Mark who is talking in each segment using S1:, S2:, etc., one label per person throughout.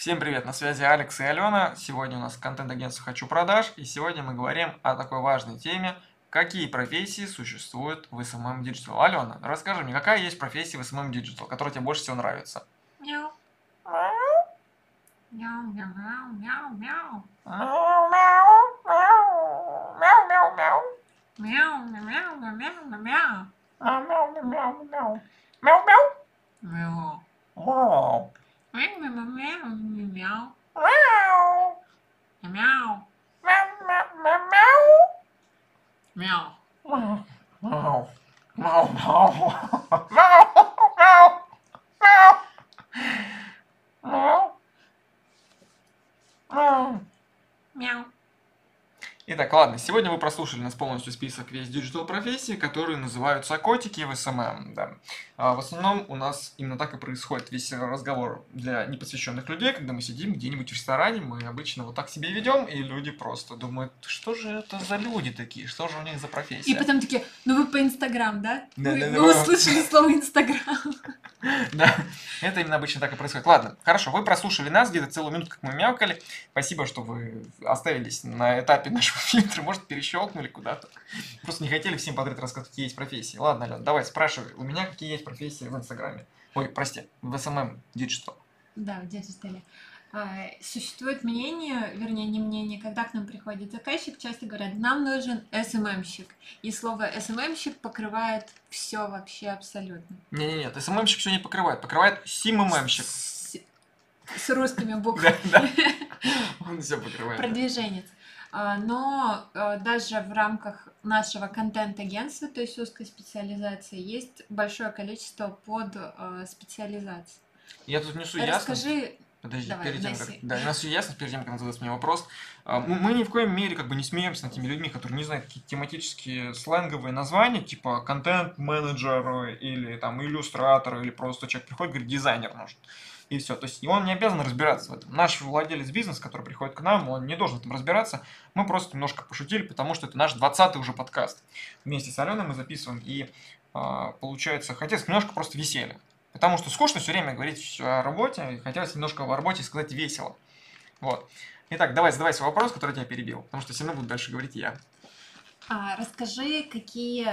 S1: Всем привет, на связи Алекс и Алена. Сегодня у нас контент-агентство «Хочу продаж», и сегодня мы говорим о такой важной теме, какие профессии существуют в SMM Digital. Алена, расскажи мне, какая есть профессия в SMM Digital, которая тебе больше всего нравится?
S2: Мяу. Мяу, мяу, мяу, мяу, мяу. Мяу, мяу, мяу, мяу, мяу, мяу. Мяу. Мяу, мяу, мяу, мяу, мяу. Мяу. Мяу. Мяу.
S1: Итак, ладно, сегодня вы прослушали у нас полностью список весь диджитал профессий, которые называются котики в SMM. Да. В основном у нас именно так и происходит весь разговор для непосвященных людей, когда мы сидим где-нибудь в ресторане, мы обычно вот так себя ведем, и люди просто думают, что же это за люди такие, что же у них за профессия.
S2: И потом такие, ну вы по Инстаграм, да?
S1: Да.
S2: Вы услышали слово Инстаграм.
S1: Да, это именно обычно так и происходит. Ладно, хорошо, вы прослушали нас где-то целую минуту, как мы мяукали. Спасибо, что вы оставились на этапе нашего фильтра, может, перещелкнули куда-то. Просто не хотели всем подряд рассказать, какие есть профессии. Ладно, Алена, давай, спрашивай, у меня какие есть профессии в Инстаграме. Ой, прости, в SMM Digital.
S2: Да, в диджитале. Существует мнение, вернее, не мнение, когда к нам приходит заказчик, часто говорят, нам нужен СММщик. И слово СММщик покрывает все вообще абсолютно.
S1: Нет, СММщик все не покрывает, покрывает СИММщик.
S2: С русскими буквами.
S1: Да, он все покрывает.
S2: Продвиженец. Но даже в рамках нашего контент-агентства, то есть узкой специализации, есть большое количество под специализаций.
S1: Я тут несу ясность.
S2: Расскажи.
S1: Подожди,
S2: Давай,
S1: перед тем,
S2: вноси.
S1: да, у нас все ясно, перед тем, как задать мне вопрос. Мы ни в коем мере как бы не смеемся над теми людьми, которые не знают какие-то тематические сленговые названия, типа контент-менеджер или там иллюстратор, или просто человек приходит, говорит, дизайнер нужен. И все. То есть и он не обязан разбираться в этом. Наш владелец бизнеса, который приходит к нам, он не должен в этом разбираться. Мы просто немножко пошутили, потому что это наш 20-й уже подкаст. Вместе с Аленой мы записываем, и получается, хотелось немножко просто веселья. Потому что скучно все время говорить о работе, и хотелось немножко о работе сказать весело. Вот. Итак, давай задавай свой вопрос, который я тебя перебил, потому что все равно буду дальше говорить я.
S2: Расскажи, какие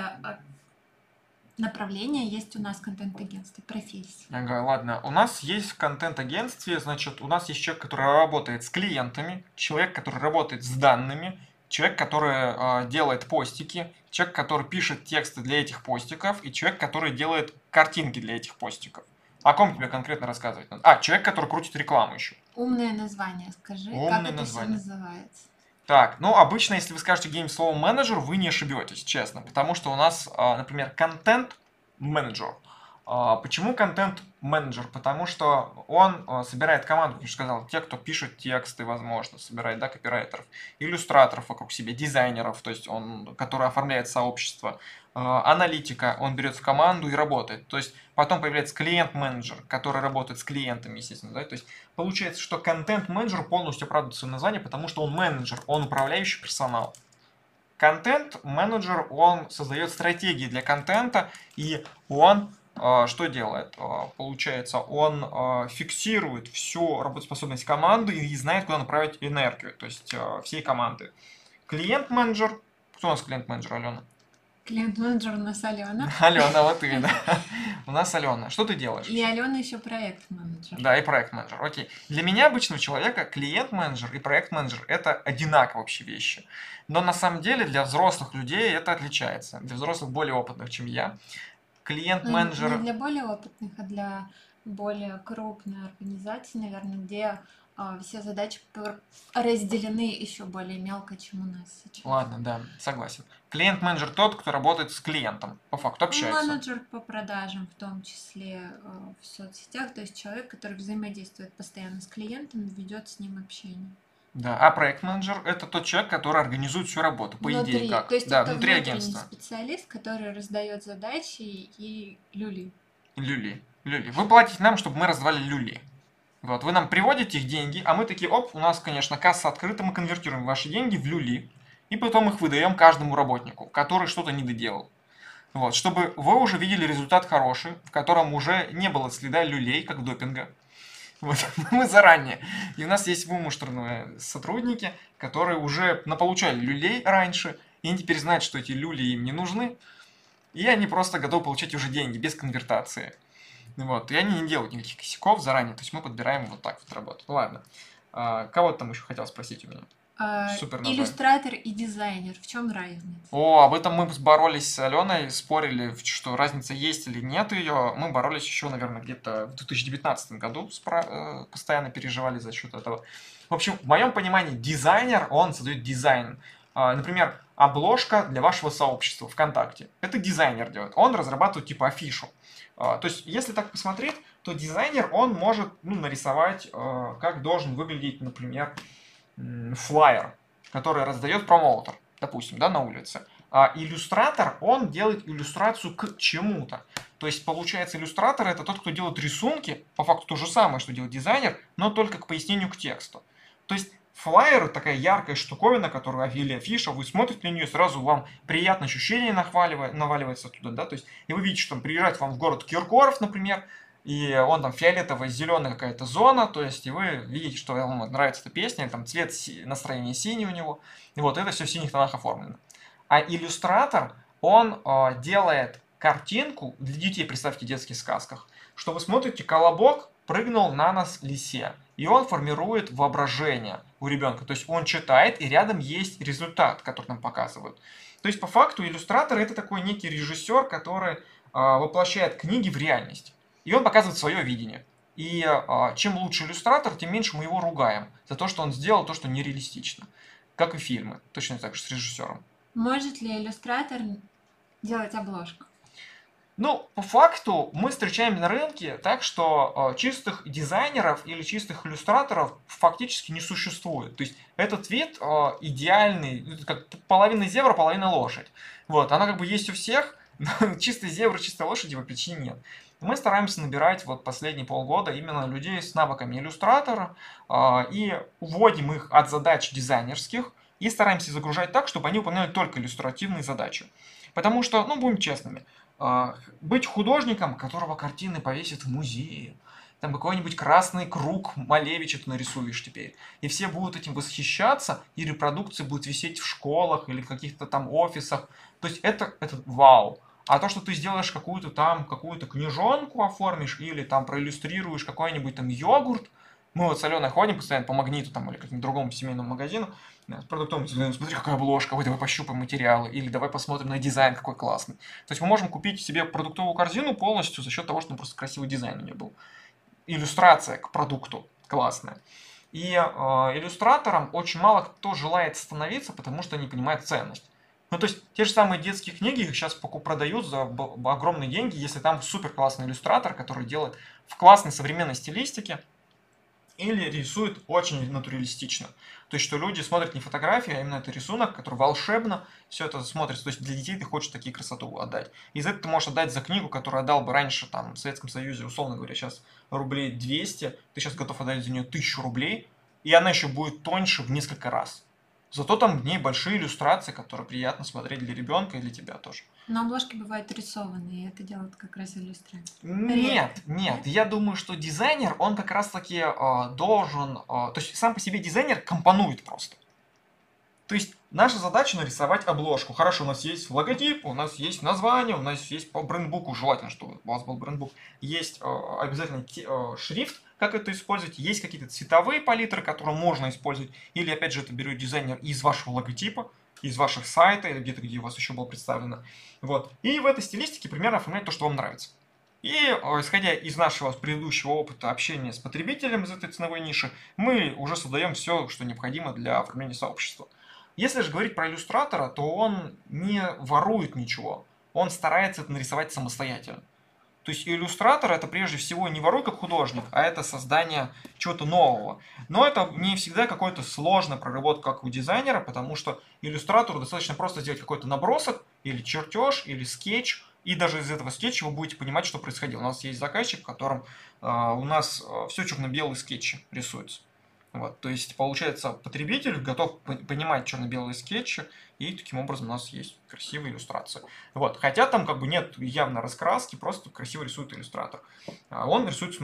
S2: направления есть у нас в контент-агентстве, профессии.
S1: Ага, ладно. У нас есть в контент-агентстве, значит, у нас есть человек, который работает с клиентами, человек, который работает с данными, человек, который делает постики, человек, который пишет тексты для этих постиков, и человек, который делает картинки для этих постиков. О ком тебе конкретно рассказывать надо? Человек, который крутит рекламу еще.
S2: Умное название скажи,
S1: Умное
S2: как это
S1: название.
S2: все называется.
S1: Так, ну обычно, если вы скажете где-нибудь слово менеджер, вы не ошибетесь, честно. Потому что у нас, например, контент-менеджер. Почему контент-менеджер? Потому что он собирает команду, как я сказал, те, кто пишет тексты, возможно, собирает, да, копирайтеров, иллюстраторов вокруг себя, дизайнеров, то есть он, который оформляет сообщество, аналитика, он берет в команду и работает. То есть потом появляется клиент-менеджер, который работает с клиентами, естественно, да, то есть получается, что контент-менеджер полностью оправдывает свое название, потому что он менеджер, он управляющий персонал. Контент-менеджер, он создает стратегии для контента, и он что делает? Получается, он фиксирует всю работоспособность команды и знает, куда направить энергию, то есть всей команды. Клиент-менеджер, кто у нас клиент-менеджер, Алена?
S2: Клиент-менеджер у нас Алена.
S1: Алена, вот ты, да. У нас Алена. Что ты делаешь?
S2: И Алена еще проект-менеджер.
S1: Да, и проект-менеджер. Окей. Для меня, обычного человека, клиент-менеджер и проект-менеджер – это одинаковые вообще вещи. Но на самом деле для взрослых людей это отличается. Для взрослых более опытных, чем я. Клиент-менеджер…
S2: Не для более опытных, а для более крупной организации, наверное, где все задачи разделены еще более мелко, чем у нас сейчас.
S1: Ладно, да, согласен. Клиент-менеджер тот, кто работает с клиентом, по факту общается.
S2: Менеджер по продажам, в том числе в соцсетях, то есть человек, который взаимодействует постоянно с клиентом, ведет с ним общение.
S1: Да, а проект-менеджер – это тот человек, который организует всю работу, по идее, как.
S2: То есть
S1: Да,
S2: это
S1: внутри
S2: внутренний
S1: агентства.
S2: специалист, который раздает задачи и люли.
S1: Люли. Вы платите нам, чтобы мы раздавали люли. Вот, вы нам приводите их деньги, а мы такие, оп, у нас, конечно, касса открыта, мы конвертируем ваши деньги в люли, и потом их выдаем каждому работнику, который что-то не доделал. Вот, чтобы вы уже видели результат хороший, в котором уже не было следа люлей, как допинга. Вот, мы заранее. И у нас есть вымуштрованные сотрудники, которые уже получали люлей раньше, и они теперь знают, что эти люли им не нужны, и они просто готовы получать уже деньги без конвертации. Вот, и они не делают никаких косяков заранее, то есть мы подбираем вот так вот работу. Ладно. Кого там еще хотел спросить у меня? Супер название.
S2: Иллюстратор и дизайнер. В чем разница?
S1: Об этом мы боролись с Аленой, спорили, что разница есть или нет ее. Мы боролись еще, наверное, где-то в 2019 году, постоянно переживали за счет этого. В общем, в моем понимании, дизайнер, он создает дизайн. Например, обложка для вашего сообщества ВКонтакте. Это дизайнер делает. Он разрабатывает типа афишу. То есть, если так посмотреть, то дизайнер, он может нарисовать, как должен выглядеть, например, флаер, который раздает промоутер, допустим, да, на улице. А иллюстратор, он делает иллюстрацию к чему-то. То есть, получается, иллюстратор это тот, кто делает рисунки, по факту то же самое, что делает дизайнер, но только к пояснению к тексту. То есть, флаер такая яркая штуковина, которую или афиша, вы смотрите на нее, сразу вам приятное ощущение наваливается оттуда, да, то есть, и вы видите, что он приезжает вам в город Киркоров, например, и он там фиолетовая, зеленая какая-то зона, то есть, и вы видите, что вам нравится эта песня, там цвет настроения синий у него, и вот это все в синих тонах оформлено. А иллюстратор, он делает картинку для детей, представьте, в детских сказках, что вы смотрите, колобок прыгнул на нос лисе, и он формирует воображение у ребенка, то есть он читает, и рядом есть результат, который нам показывают. То есть, по факту, иллюстратор это такой некий режиссер, который воплощает книги в реальность. И он показывает свое видение. И чем лучше иллюстратор, тем меньше мы его ругаем за то, что он сделал то, что нереалистично. Как и фильмы, точно так же с режиссером.
S2: Может ли иллюстратор делать обложку?
S1: По факту мы встречаем на рынке так, что чистых дизайнеров или чистых иллюстраторов фактически не существует. То есть этот вид идеальный, как половина зебра, половина лошадь. Вот, она как бы есть у всех, но чистой зебры, чистой лошади по причине нет. Мы стараемся набирать вот последние полгода именно людей с навыками иллюстратора и уводим их от задач дизайнерских и стараемся загружать так, чтобы они выполняли только иллюстративные задачи. Потому что, будем честными, быть художником, которого картины повесят в музее, там какой-нибудь красный круг Малевича ты нарисуешь теперь, и все будут этим восхищаться, и репродукции будут висеть в школах или в каких-то там офисах. То есть это вау. А то, что ты сделаешь какую-то книжонку оформишь или там проиллюстрируешь какой-нибудь там йогурт, мы вот с Аленой ходим постоянно по Магниту там или какому-нибудь другому семейному магазину, с продуктовым, смотри, какая обложка, давай пощупаем материалы, или давай посмотрим на дизайн, какой классный. То есть мы можем купить себе продуктовую корзину полностью за счет того, что просто красивый дизайн у нее был. Иллюстрация к продукту классная. И иллюстраторам очень мало кто желает становиться, потому что не понимает ценность. То есть те же самые детские книги их сейчас продают за огромные деньги, если там супер классный иллюстратор, который делает в классной современной стилистике или рисует очень натуралистично. То есть, что люди смотрят не фотографии, а именно это рисунок, который волшебно все это смотрится. То есть, для детей ты хочешь такие красоту отдать. И за это ты можешь отдать за книгу, которую отдал бы раньше там, в Советском Союзе, условно говоря, сейчас рублей 200, ты сейчас готов отдать за нее 1000 рублей, и она еще будет тоньше в несколько раз. Зато там в ней большие иллюстрации, которые приятно смотреть для ребенка и для тебя тоже.
S2: Но обложки бывают рисованные, и это делает как раз иллюстратор.
S1: Нет. Я думаю, что дизайнер, он как раз-таки должен... то есть сам по себе дизайнер компонует просто. То есть наша задача нарисовать обложку. Хорошо, у нас есть логотип, у нас есть название, у нас есть по брендбуку, желательно, чтобы у вас был брендбук. Есть обязательно шрифт, как это использовать. Есть какие-то цветовые палитры, которые можно использовать. Или, опять же, это берет дизайнер из вашего логотипа, из ваших сайтов, или где-то, где у вас еще было представлено. Вот. И в этой стилистике примерно оформлять то, что вам нравится. И исходя из нашего предыдущего опыта общения с потребителем из этой ценовой ниши, мы уже создаем все, что необходимо для оформления сообщества. Если же говорить про иллюстратора, то он не ворует ничего, он старается это нарисовать самостоятельно. То есть иллюстратор это прежде всего не воруй как художник, а это создание чего-то нового. Но это не всегда какой-то сложная проработка, как у дизайнера, потому что иллюстратору достаточно просто сделать какой-то набросок, или чертеж, или скетч, и даже из этого скетча вы будете понимать, что происходило. У нас есть заказчик, в котором у нас все черно-белые скетчи рисуются. Вот, то есть, получается, потребитель готов понимать черно-белые скетчи, и таким образом у нас есть красивые иллюстрации. Хотя там нет явно раскраски, просто красиво рисует иллюстратор. Он рисует с нуля.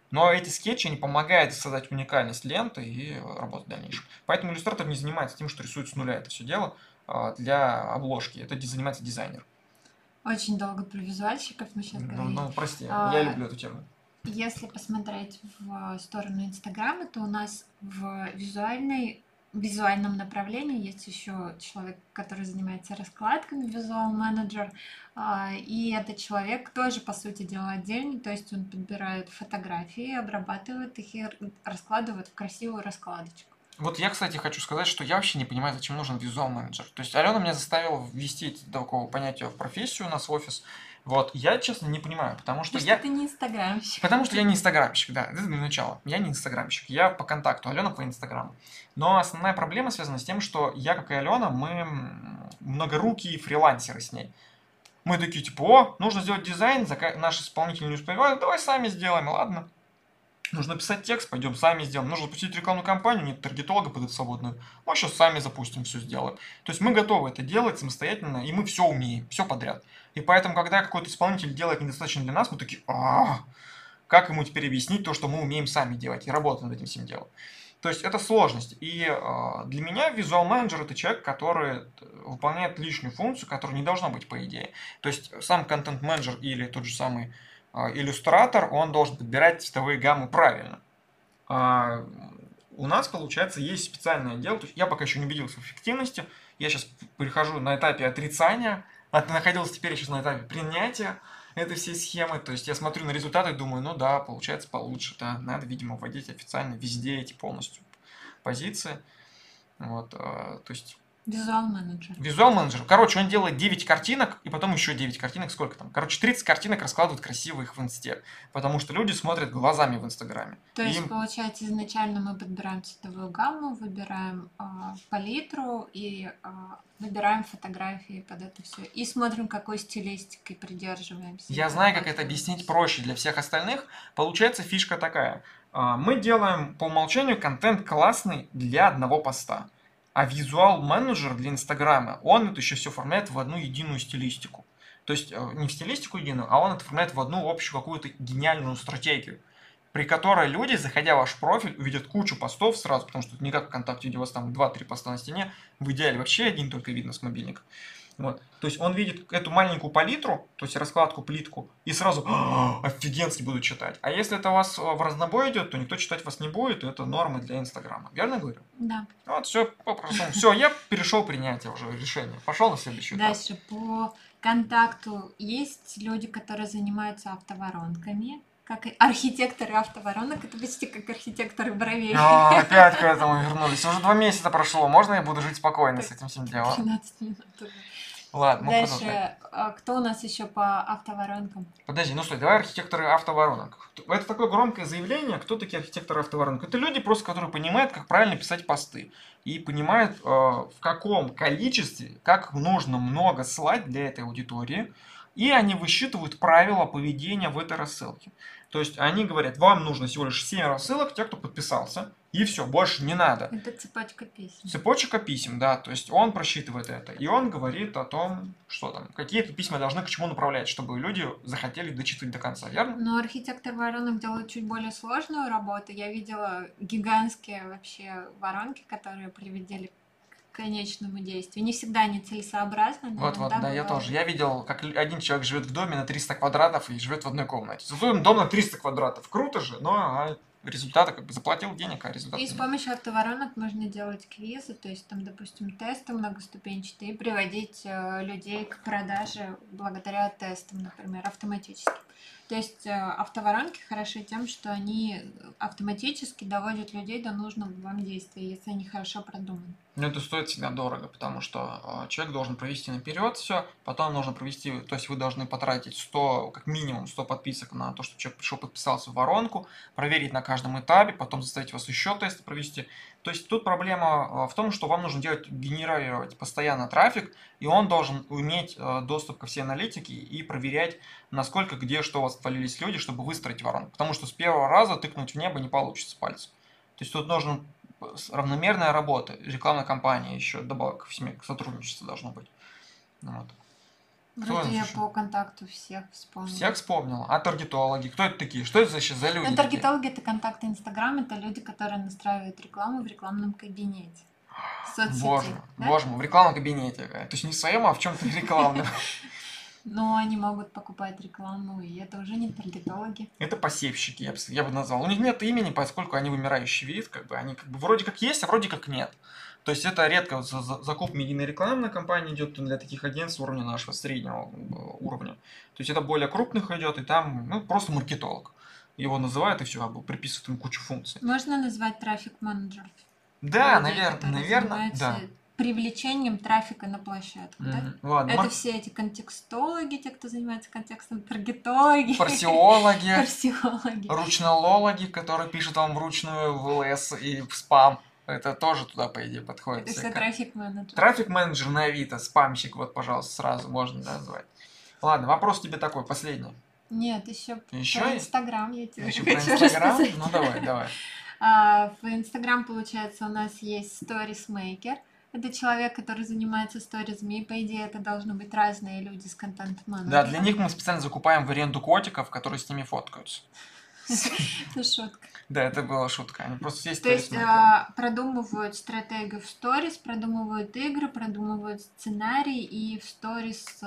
S1: Но эти скетчи, они помогают создать уникальность ленты и работать в дальнейшем. Поэтому иллюстратор не занимается тем, что рисует с нуля это все дело для обложки. Это занимается дизайнер.
S2: Очень долго про визуальщиков мы сейчас говорили.
S1: Прости, я
S2: А,
S1: люблю эту тему.
S2: Если посмотреть в сторону Инстаграма, то у нас в визуальном направлении есть еще человек, который занимается раскладками, визуал менеджер, и этот человек тоже, по сути дела, отдельный, то есть он подбирает фотографии, обрабатывает их и раскладывает в красивую раскладочку.
S1: Вот я, кстати, хочу сказать, что я вообще не понимаю, зачем нужен визуал менеджер. То есть Алена меня заставила ввести такого понятия в профессию у нас в офис. Вот, я, честно, не понимаю, потому что
S2: Потому что ты не инстаграмщик.
S1: Потому что я не инстаграмщик, да, это для начала. Я не инстаграмщик, я по контакту, Алена по инстаграму. Но основная проблема связана с тем, что я, как и Алена, мы многорукие фрилансеры с ней. Мы такие, типа, о, нужно сделать дизайн, наш исполнитель не успевает, давай сами сделаем, ладно. Нужно писать текст, пойдем сами сделаем. Нужно запустить рекламную кампанию, нет таргетолога под это свободную. Мы сейчас сами запустим, все сделаем. То есть мы готовы это делать самостоятельно, и мы все умеем, все подряд. И поэтому, когда какой-то исполнитель делает недостаточно для нас, мы такие, как ему теперь объяснить то, что мы умеем сами делать, и работать над этим всем делом. То есть это сложность. И для меня визуал-менеджер это человек, который выполняет лишнюю функцию, которая не должна быть по идее. То есть сам контент-менеджер или тот же самый иллюстратор, он должен подбирать цветовые гаммы правильно. У нас, получается, есть специальное отдел, то есть я пока еще не убедился в эффективности, я сейчас перехожу на этапе отрицания, находился теперь сейчас на этапе принятия этой всей схемы, то есть я смотрю на результаты и думаю, ну да, получается получше, да, надо, видимо, вводить официально везде эти полностью позиции, вот, то есть
S2: Визуал менеджер.
S1: визуал менеджер. Короче, он делает 9 картинок, и потом еще 9 картинок. Сколько там? Короче, 30 картинок раскладывают красиво их в инсте. Потому что люди смотрят глазами в инстаграме.
S2: То есть, получается, изначально мы подбираем цветовую гамму, выбираем палитру и выбираем фотографии под это все. И смотрим, какой стилистикой придерживаемся.
S1: Я знаю, как это объяснить проще для всех остальных. Получается фишка такая. Мы делаем по умолчанию контент классный для одного поста. А визуал-менеджер для Инстаграма, он это еще все оформляет в одну единую стилистику. То есть не в стилистику единую, а он это оформляет в одну общую какую-то гениальную стратегию, при которой люди, заходя в ваш профиль, увидят кучу постов сразу, потому что это не как ВКонтакте, где у вас там 2-3 поста на стене, в идеале вообще один только видно с мобильника. Вот. То есть он видит эту маленькую палитру, то есть раскладку, плитку, и сразу офигенски будут читать. А если это у вас в разнобой идет, то никто читать вас не будет, это нормы для Инстаграма. Верно говорю?
S2: Да.
S1: Вот, все, по-простому. Все, я перешел принятие уже решение. Пошел на следующий этап.
S2: Дальше по контакту есть люди, которые занимаются автоворонками. Как архитекторы автоворонок, это почти как архитекторы бровей.
S1: Опять к этому вернулись. Уже 2 месяца прошло. Можно я буду жить спокойно с этим всем делом?
S2: 13 минут уже.
S1: Ладно,
S2: Дальше, кто у нас еще по автоворонкам?
S1: Подожди, ну стой, давай архитекторы автоворонок. Это такое громкое заявление, кто такие архитекторы автоворонок? Это люди просто, которые понимают, как правильно писать посты. И понимают, в каком количестве, как нужно много слать для этой аудитории. И они высчитывают правила поведения в этой рассылке. То есть они говорят, вам нужно всего лишь 7 рассылок, те, кто подписался, и все, больше не надо.
S2: Это цепочка писем.
S1: Цепочка писем, да, то есть он просчитывает это, и он говорит о том, что там, какие-то письма должны к чему направлять, чтобы люди захотели дочитать до конца, верно?
S2: Но архитектор воронок делает чуть более сложную работу. Я видела гигантские вообще воронки, которые приводили к конечному действию. Не всегда они целесообразны.
S1: Вот, да, я тоже. Я видел, как один человек живет в доме на 300 квадратов и живет в одной комнате. Зато дом на 300 квадратов. Круто же, но результаты как бы заплатил денег, а результаты
S2: И с помощью автоворонок можно делать квизы, то есть там, допустим, тесты многоступенчатые, и приводить людей к продаже благодаря тестам, например, автоматически. То есть автоворонки хороши тем, что они автоматически доводят людей до нужного вам действия, если они хорошо продуманы.
S1: Но это стоит всегда дорого, потому что человек должен провести наперед все, потом нужно провести, то есть вы должны потратить 100, как минимум 100 подписок на то, что человек пришел, подписался в воронку, проверить на каждом этапе, потом заставить вас еще тесты провести. То есть тут проблема в том, что вам нужно генерировать постоянно трафик, и он должен иметь доступ ко всей аналитике и проверять, насколько, где, что у вас отвалились люди, чтобы выстроить воронку. Потому что с первого раза тыкнуть в небо не получится пальцем. То есть тут нужно равномерная работа, рекламная кампания еще добавок к сотрудничеству должно быть. Вот. Кто у
S2: Вроде
S1: нас
S2: я
S1: еще?
S2: по контакту всех вспомнила.
S1: Всех вспомнил. А таргетологи? Кто это такие? Что это вообще за люди
S2: Ну,
S1: такие?
S2: таргетологи — это контакты Инстаграм, это люди, которые настраивают рекламу в рекламном кабинете
S1: Боже,
S2: соцсети, да?
S1: боже мой, в рекламном кабинете. То есть не в своем, а в чем-то рекламном.
S2: Но они могут покупать рекламу, и это уже не таргетологи.
S1: Это посевщики, я бы назвал. У них нет имени, поскольку они вымирающий вид, как бы они как бы вроде как есть, а вроде как нет. То есть это редко закуп медийной рекламной кампании идет для таких агентств уровня нашего среднего уровня. То есть это более крупных идет, и там ну, просто маркетолог. Его называют и все, как бы приписывают ему кучу функций.
S2: Можно назвать трафик-менеджеров?
S1: Да,
S2: Людей, которые
S1: наверное,
S2: занимаются
S1: да.
S2: привлечением трафика на площадку, да?
S1: Ладно,
S2: Это все эти контекстологи, те, кто занимается контекстом, таргетологи,
S1: парсиологи,
S2: парсиологи.
S1: ручнологи, которые пишут вам вручную в ЛС и в спам. Это тоже туда, по идее, подходит.
S2: Это все трафик-менеджеры.
S1: Трафик-менеджер на Авито, спамщик, вот, пожалуйста, сразу можно назвать. Ладно, вопрос тебе такой, последний.
S2: Нет, еще
S1: Еще
S2: про
S1: есть?
S2: Инстаграм я тебе
S1: Еще про
S2: хочу
S1: Инстаграм?
S2: рассказать.
S1: Ну, давай.
S2: В Инстаграм, получается, у нас есть сторисмейкер. Это человек, который занимается сторизами, и, по идее, это должны быть разные люди с контент-менеджером.
S1: Да, для них мы специально закупаем в аренду котиков, которые с ними фоткаются.
S2: Это шутка.
S1: Да, это была шутка. Они просто есть
S2: То есть
S1: сторисмейкеры.
S2: продумывают стратегию в сторис, продумывают игры, продумывают сценарий, и в сторис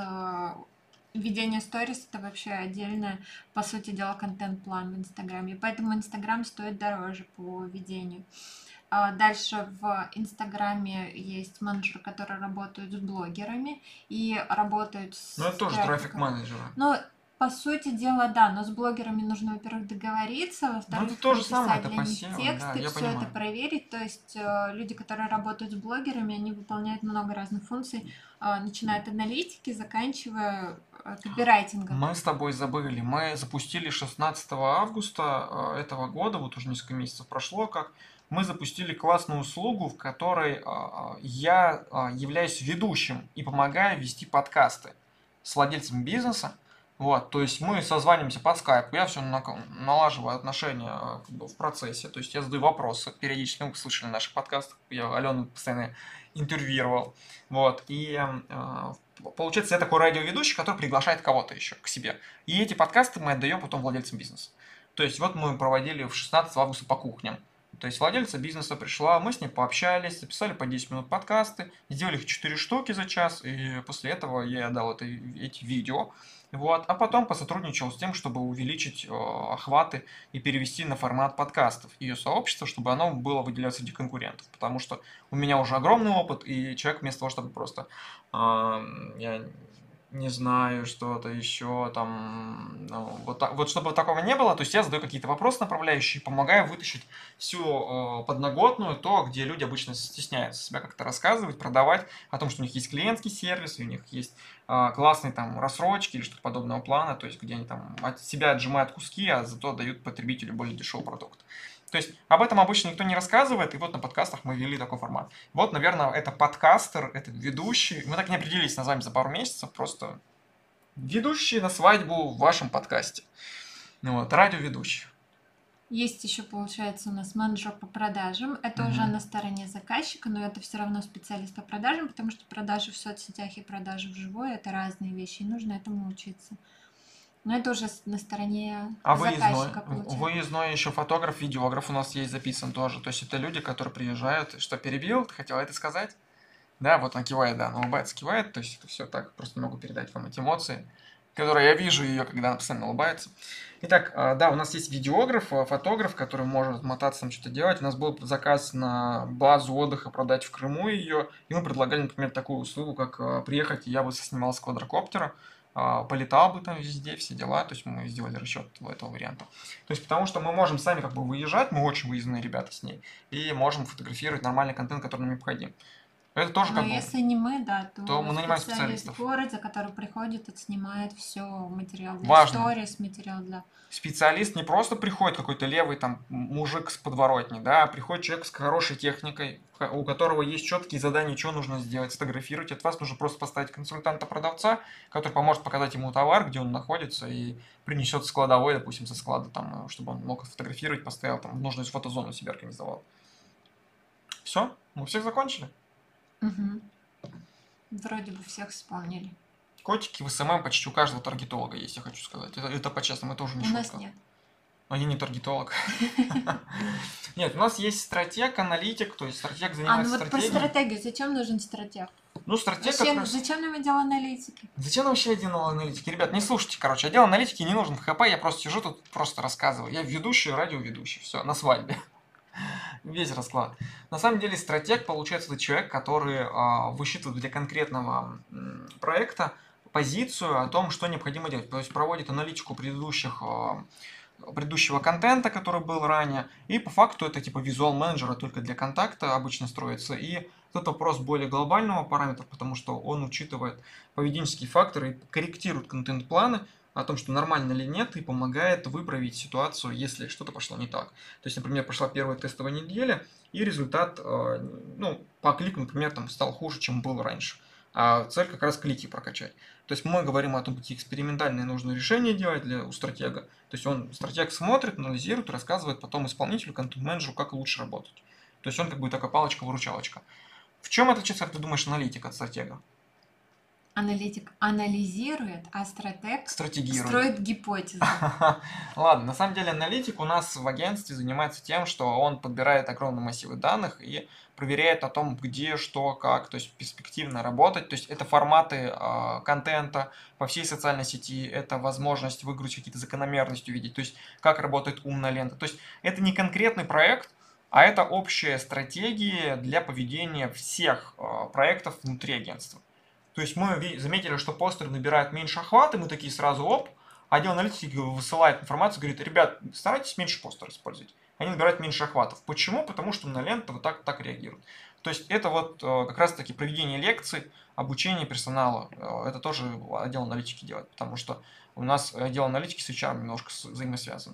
S2: ведение сторис — это вообще отдельное, по сути дела, контент-план в Инстаграме. Поэтому Инстаграм стоит дороже по ведению. Дальше в Инстаграме есть менеджеры, которые работают с блогерами и работают с
S1: Ну, это тоже
S2: трафиком.
S1: трафик-менеджеры.
S2: Ну, по сути дела, да, но с блогерами нужно, во-первых, договориться, во-вторых,
S1: это то же самое,
S2: прописать
S1: это
S2: для них
S1: посев,
S2: тексты,
S1: да, я
S2: все это
S1: понимаю.
S2: проверить. То есть люди, которые работают с блогерами, они выполняют много разных функций, начиная от аналитики, заканчивая копирайтингом.
S1: Мы с тобой забыли. Мы запустили 16 августа этого года, вот уже несколько месяцев прошло, как мы запустили классную услугу, в которой я являюсь ведущим и помогаю вести подкасты с владельцем бизнеса. Вот, то есть мы созваниваемся по скайпу, я все налаживаю отношения как бы, в процессе, то есть я задаю вопросы периодически, вы слышали наши подкасты, я Алену постоянно интервьюировал, вот, и получается, я такой радиоведущий, который приглашает кого-то еще к себе, и эти подкасты мы отдаем потом владельцам бизнеса. То есть вот мы проводили в 16 августа по кухням. То есть владельца бизнеса пришла, мы с ней пообщались, записали по 10 минут подкасты, сделали их 4 штуки за час, и после этого я дал эти видео. Вот. А потом посотрудничал с тем, чтобы увеличить охваты и перевести на формат подкастов ее сообщество, чтобы оно было выделяться среди конкурентов. Потому что у меня уже огромный опыт, и человек вместо того, чтобы просто я не знаю, что-то еще там, ну, вот чтобы такого не было, то есть я задаю какие-то вопросы направляющие, помогаю вытащить всю подноготную, то, где люди обычно стесняются себя как-то рассказывать, продавать, о том, что у них есть клиентский сервис, и у них есть классные там рассрочки или что-то подобного плана, то есть где они там от себя отжимают куски, а зато дают потребителю более дешевый продукт. То есть об этом обычно никто не рассказывает, и вот на подкастах мы ввели такой формат. Вот, наверное, это подкастер, это ведущий. Мы так не определились с названием за пару месяцев, просто ведущий на свадьбу в вашем подкасте. Ну вот, радиоведущий.
S2: Есть еще, получается, у нас менеджер по продажам. Это уже на стороне заказчика, но это все равно специалист по продажам, потому что продажи в соцсетях и продажи вживую — это разные вещи, и нужно этому учиться. Но это уже на стороне заказчика получается.
S1: Выездной еще фотограф, видеограф у нас есть записан тоже. То есть это люди, которые приезжают. Что, перебил? Ты хотела это сказать? Да, вот он кивает, да, он улыбается, кивает. То есть это все так, просто не могу передать вам эти эмоции, которые я вижу ее, когда она постоянно улыбается. Итак, да, у нас есть видеограф, фотограф, который может мотаться, там что-то делать. У нас был заказ на базу отдыха продать в Крыму ее. И мы предлагали, например, такую услугу, как приехать, и я бы снимал с квадрокоптера, полетал бы там везде, все дела, то есть мы сделали расчет этого варианта. То есть потому что мы можем сами как бы выезжать, мы очень выездные ребята с ней, и можем фотографировать нормальный контент, который нам необходим. Это тоже
S2: Но
S1: как бы...
S2: если не мы, да,
S1: то мы нанимаем
S2: специалист
S1: специалистов.
S2: в городе, который приходит, отснимает все, материал для
S1: Важно.
S2: сторис, материал для...
S1: Специалист не просто приходит какой-то левый там мужик с подворотни, да, а приходит человек с хорошей техникой, у которого есть четкие задания, что нужно сделать, сфотографировать. От вас нужно просто поставить консультанта-продавца, который поможет показать ему товар, где он находится, и принесет с кладовой, допустим, со склада, там, чтобы он мог сфотографировать, поставил там в нужную фотозону себе организовал. Все, мы всех закончили.
S2: Угу. Вроде бы всех вспомнили.
S1: Котики в СММ почти у каждого таргетолога есть, я хочу сказать. Это по-честному, это уже не
S2: У нас
S1: шутка.
S2: нет.
S1: А я не таргетолог. Нет, у нас есть стратег, аналитик, то есть стратег
S2: Ну
S1: занимается
S2: вот про
S1: стратегией.
S2: стратегию. Зачем нужен стратег?
S1: Ну, стратег как
S2: Вообще,
S1: раз...
S2: зачем нам отдел аналитики?
S1: Зачем нам вообще отдел аналитики? Ребят, не слушайте, короче, отдел аналитики не нужен в ХП, я просто сижу тут, просто рассказываю. Я ведущий, радиоведущий, все, на свадьбе. Весь расклад. На самом деле стратег, получается, это человек, который высчитывает для конкретного проекта позицию о том, что необходимо делать. То есть проводит аналитику предыдущего контента, который был ранее. И по факту это типа визуал менеджера только для контакта обычно строится. И тут вопрос более глобального параметра, потому что он учитывает поведенческие факторы и корректирует контент-планы о том, что нормально или нет, и помогает выправить ситуацию, если что-то пошло не так. То есть, например, прошла первая тестовая неделя, и результат, ну, по клику, например, там стал хуже, чем был раньше. А цель как раз клики прокачать. То есть мы говорим о том, какие экспериментальные нужно решения делать у стратега. То есть стратег смотрит, анализирует, рассказывает потом исполнителю, контент-менеджеру, как лучше работать. То есть он как бы такая палочка-выручалочка. В чем отличается, как ты думаешь, аналитик от стратега?
S2: Аналитик анализирует, а стратег
S1: Стратегирует.
S2: строит гипотезы.
S1: Ладно, на самом деле аналитик у нас в агентстве занимается тем, что он подбирает огромные массивы данных и проверяет о том, где, что, как, то есть перспективно работать. То есть это форматы контента по всей социальной сети, это возможность выгрузить какие-то закономерности увидеть, то есть как работает умная лента. То есть это не конкретный проект, а это общая стратегия для поведения всех проектов внутри агентства. То есть мы заметили, что постеры набирают меньше охвата, мы такие сразу оп, отдел аналитики высылает информацию, говорит, ребят, старайтесь меньше постеров использовать. Они набирают меньше охватов. Почему? Потому что на ленту вот так реагирует. То есть это вот как раз таки проведение лекций, обучение персонала. Это тоже отдел аналитики делает, потому что у нас отдел аналитики с HR немножко взаимосвязан.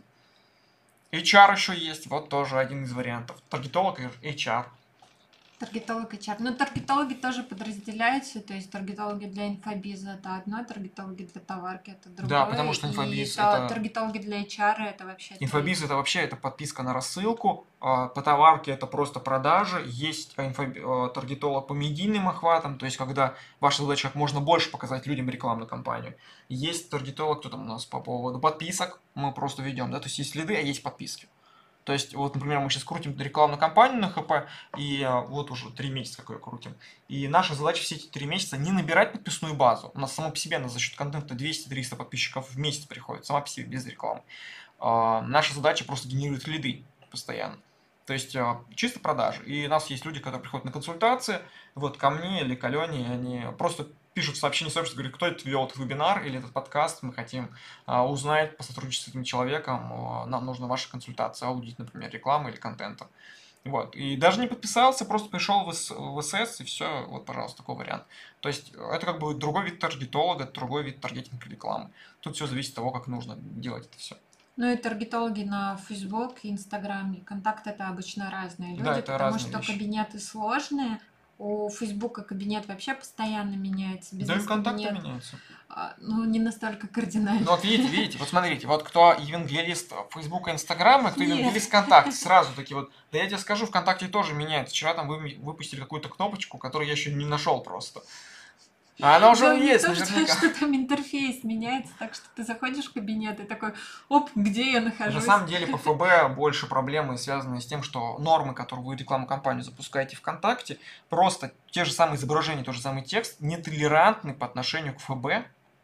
S1: HR еще есть, вот тоже один из вариантов. Таргетолог и HR.
S2: Таргетолог и HR. Но таргетологи тоже подразделяются, то есть таргетологи для инфобиза это одно, таргетологи для товарки это другое.
S1: Да, потому что инфобиз
S2: и
S1: это...
S2: таргетологи для HR это вообще...
S1: Инфобиз это вообще это подписка на рассылку, по товарке это просто продажи, есть таргетолог по медийным охватам, то есть когда ваша задача как можно больше показать людям рекламную кампанию. Есть таргетолог, кто там у нас по поводу подписок, мы просто ведем, да, то есть есть лиды, а есть подписки. То есть, вот, например, мы сейчас крутим рекламную кампанию на ХП, и вот уже 3 месяца как ее крутим. И наша задача все эти 3 месяца не набирать подписную базу. У нас само по себе за счет контента 200-300 подписчиков в месяц приходит, сама по себе, без рекламы. Наша задача просто генерировать лиды постоянно. То есть чисто продажи. И у нас есть люди, которые приходят на консультации, вот ко мне или к Алене, и они просто пишут сообщение сообществу, говорят, кто это вел этот вебинар или этот подкаст, мы хотим узнать, посотрудничать с этим человеком, нам нужна ваша консультация, аудит, например, рекламы или контента. Вот. И даже не подписался, просто пришел в СС, и все, вот, пожалуйста, такой вариант. То есть это как бы другой вид таргетолога, другой вид таргетинга рекламы. Тут все зависит от того, как нужно делать это все.
S2: Ну и таргетологи на Facebook, Instagram и Контакт это обычно разные люди,
S1: Да, это
S2: потому
S1: разные
S2: что
S1: вещи.
S2: кабинеты сложные. У Фейсбука кабинет вообще постоянно меняется.
S1: Да и контакты меняются.
S2: Ну, не настолько кардинально.
S1: Ну вот видите, вот смотрите, вот кто евангелист Фейсбука, Инстаграма, кто евангелист ВКонтакте, сразу такие вот, да я тебе скажу, ВКонтакте тоже меняется. Вчера там выпустили какую-то кнопочку, которую я еще не нашел просто. А она уже есть, наверняка.
S2: Что там интерфейс меняется, так что ты заходишь в кабинет и такой, оп, где я нахожусь?
S1: На самом деле по ФБ больше проблемы связаны с тем, что нормы, которые вы рекламную кампанию запускаете ВКонтакте, просто те же самые изображения, тот же самый текст, нетолерантны по отношению к ФБ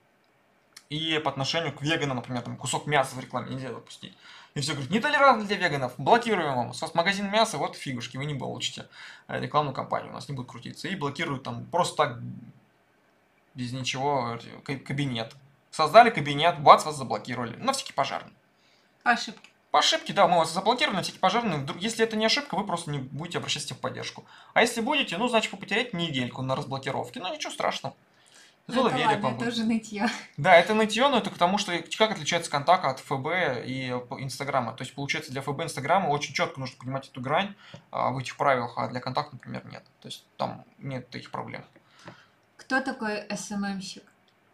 S1: и по отношению к веганам, например, там кусок мяса в рекламе нельзя запустить. И все говорят, нетолерантно для веганов, блокируем вам. У вас магазин мяса, вот фигушки, вы не получите рекламную кампанию, у нас не будет крутиться. И блокируют там просто так, без ничего, кабинет. Создали кабинет, бац, вас заблокировали. На всякий пожарный.
S2: По ошибке.
S1: По ошибке, да, мы вас заблокировали на всякий пожарный. Если это не ошибка, вы просто не будете обращаться в техподдержку. А если будете, ну, значит, вы потеряете недельку на разблокировке. Ну, ничего страшного.
S2: Это ладно, это уже нытье.
S1: Да, это нытье, но это к тому, что как отличается контакт от ФБ и Инстаграма. То есть, получается, для ФБ и Инстаграма очень четко нужно понимать эту грань в этих правилах, а для контакта, например, нет. То есть, там нет таких проблем.
S2: Кто такой СММщик?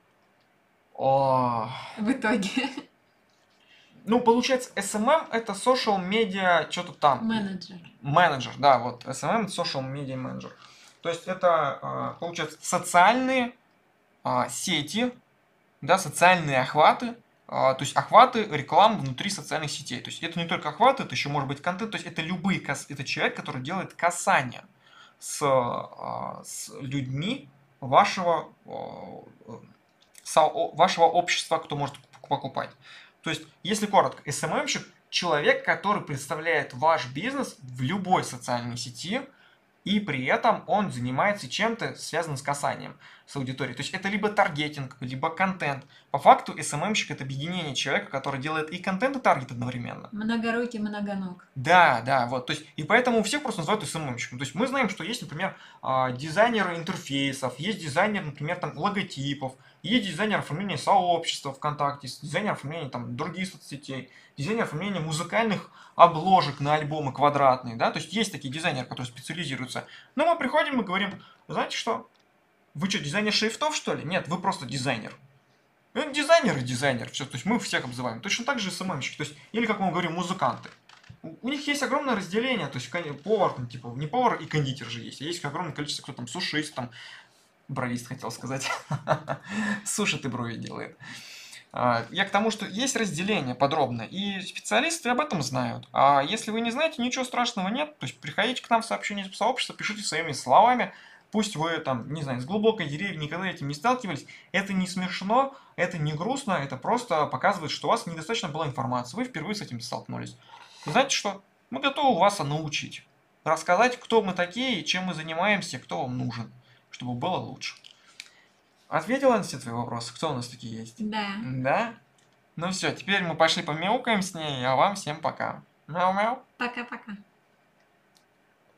S1: В
S2: итоге.
S1: Ну, получается, SMM это social media, что-то там. Менеджер, да, вот. SMM это social media менеджер. То есть это, получается, социальные сети, да, социальные охваты, то есть охваты рекламы внутри социальных сетей. То есть это не только охваты, это еще может быть контент, то есть это любые, это человек, который делает касания с людьми вашего, вашего общества, кто может покупать. То есть, если коротко, SMM-щик – человек, который представляет ваш бизнес в любой социальной сети, и при этом он занимается чем-то, связанным с касанием, с аудиторией. То есть это либо таргетинг, либо контент. По факту SMM-щик – это объединение человека, который делает и контент, и таргет одновременно.
S2: Многорукий, многоног.
S1: Да, да, вот. То есть, и поэтому у всех просто называют SMM-щиком. То есть мы знаем, что есть, например, дизайнеры интерфейсов, есть дизайнер, например, там, логотипов, есть дизайнер оформления сообщества ВКонтакте, дизайнер оформления там, других соцсетей, дизайнер оформления музыкальных обложек на альбомы квадратные, да, то есть есть такие дизайнеры, которые специализируются. Но мы приходим и говорим, знаете что, вы что, дизайнер шрифтов, что ли? Нет, вы просто дизайнер. Дизайнер и дизайнер, все, то есть мы всех обзываем. Точно так же SMM-щики, то есть, или, как мы говорим, музыканты. У них есть огромное разделение, то есть повар, там, типа, не повар и кондитер же есть, а есть огромное количество, кто там сушист, там, бровист хотел сказать, сушит и брови делает. Я к тому, что есть разделение подробно, и специалисты об этом знают. А если вы не знаете, ничего страшного нет. То есть приходите к нам в сообщение в сообщество, пишите своими словами. Пусть вы там, не знаю, с глубокой деревни никогда этим не сталкивались. Это не смешно, это не грустно, это просто показывает, что у вас недостаточно было информации. Вы впервые с этим столкнулись. Знаете что? Мы готовы вас научить. Рассказать, кто мы такие, чем мы занимаемся, кто вам нужен, чтобы было лучше. Ответила на все твои вопросы? Кто у нас такие есть?
S2: Да.
S1: Да? Ну все, теперь мы пошли помяукаем с ней, а вам всем пока. Мяу-мяу.
S2: Пока-пока.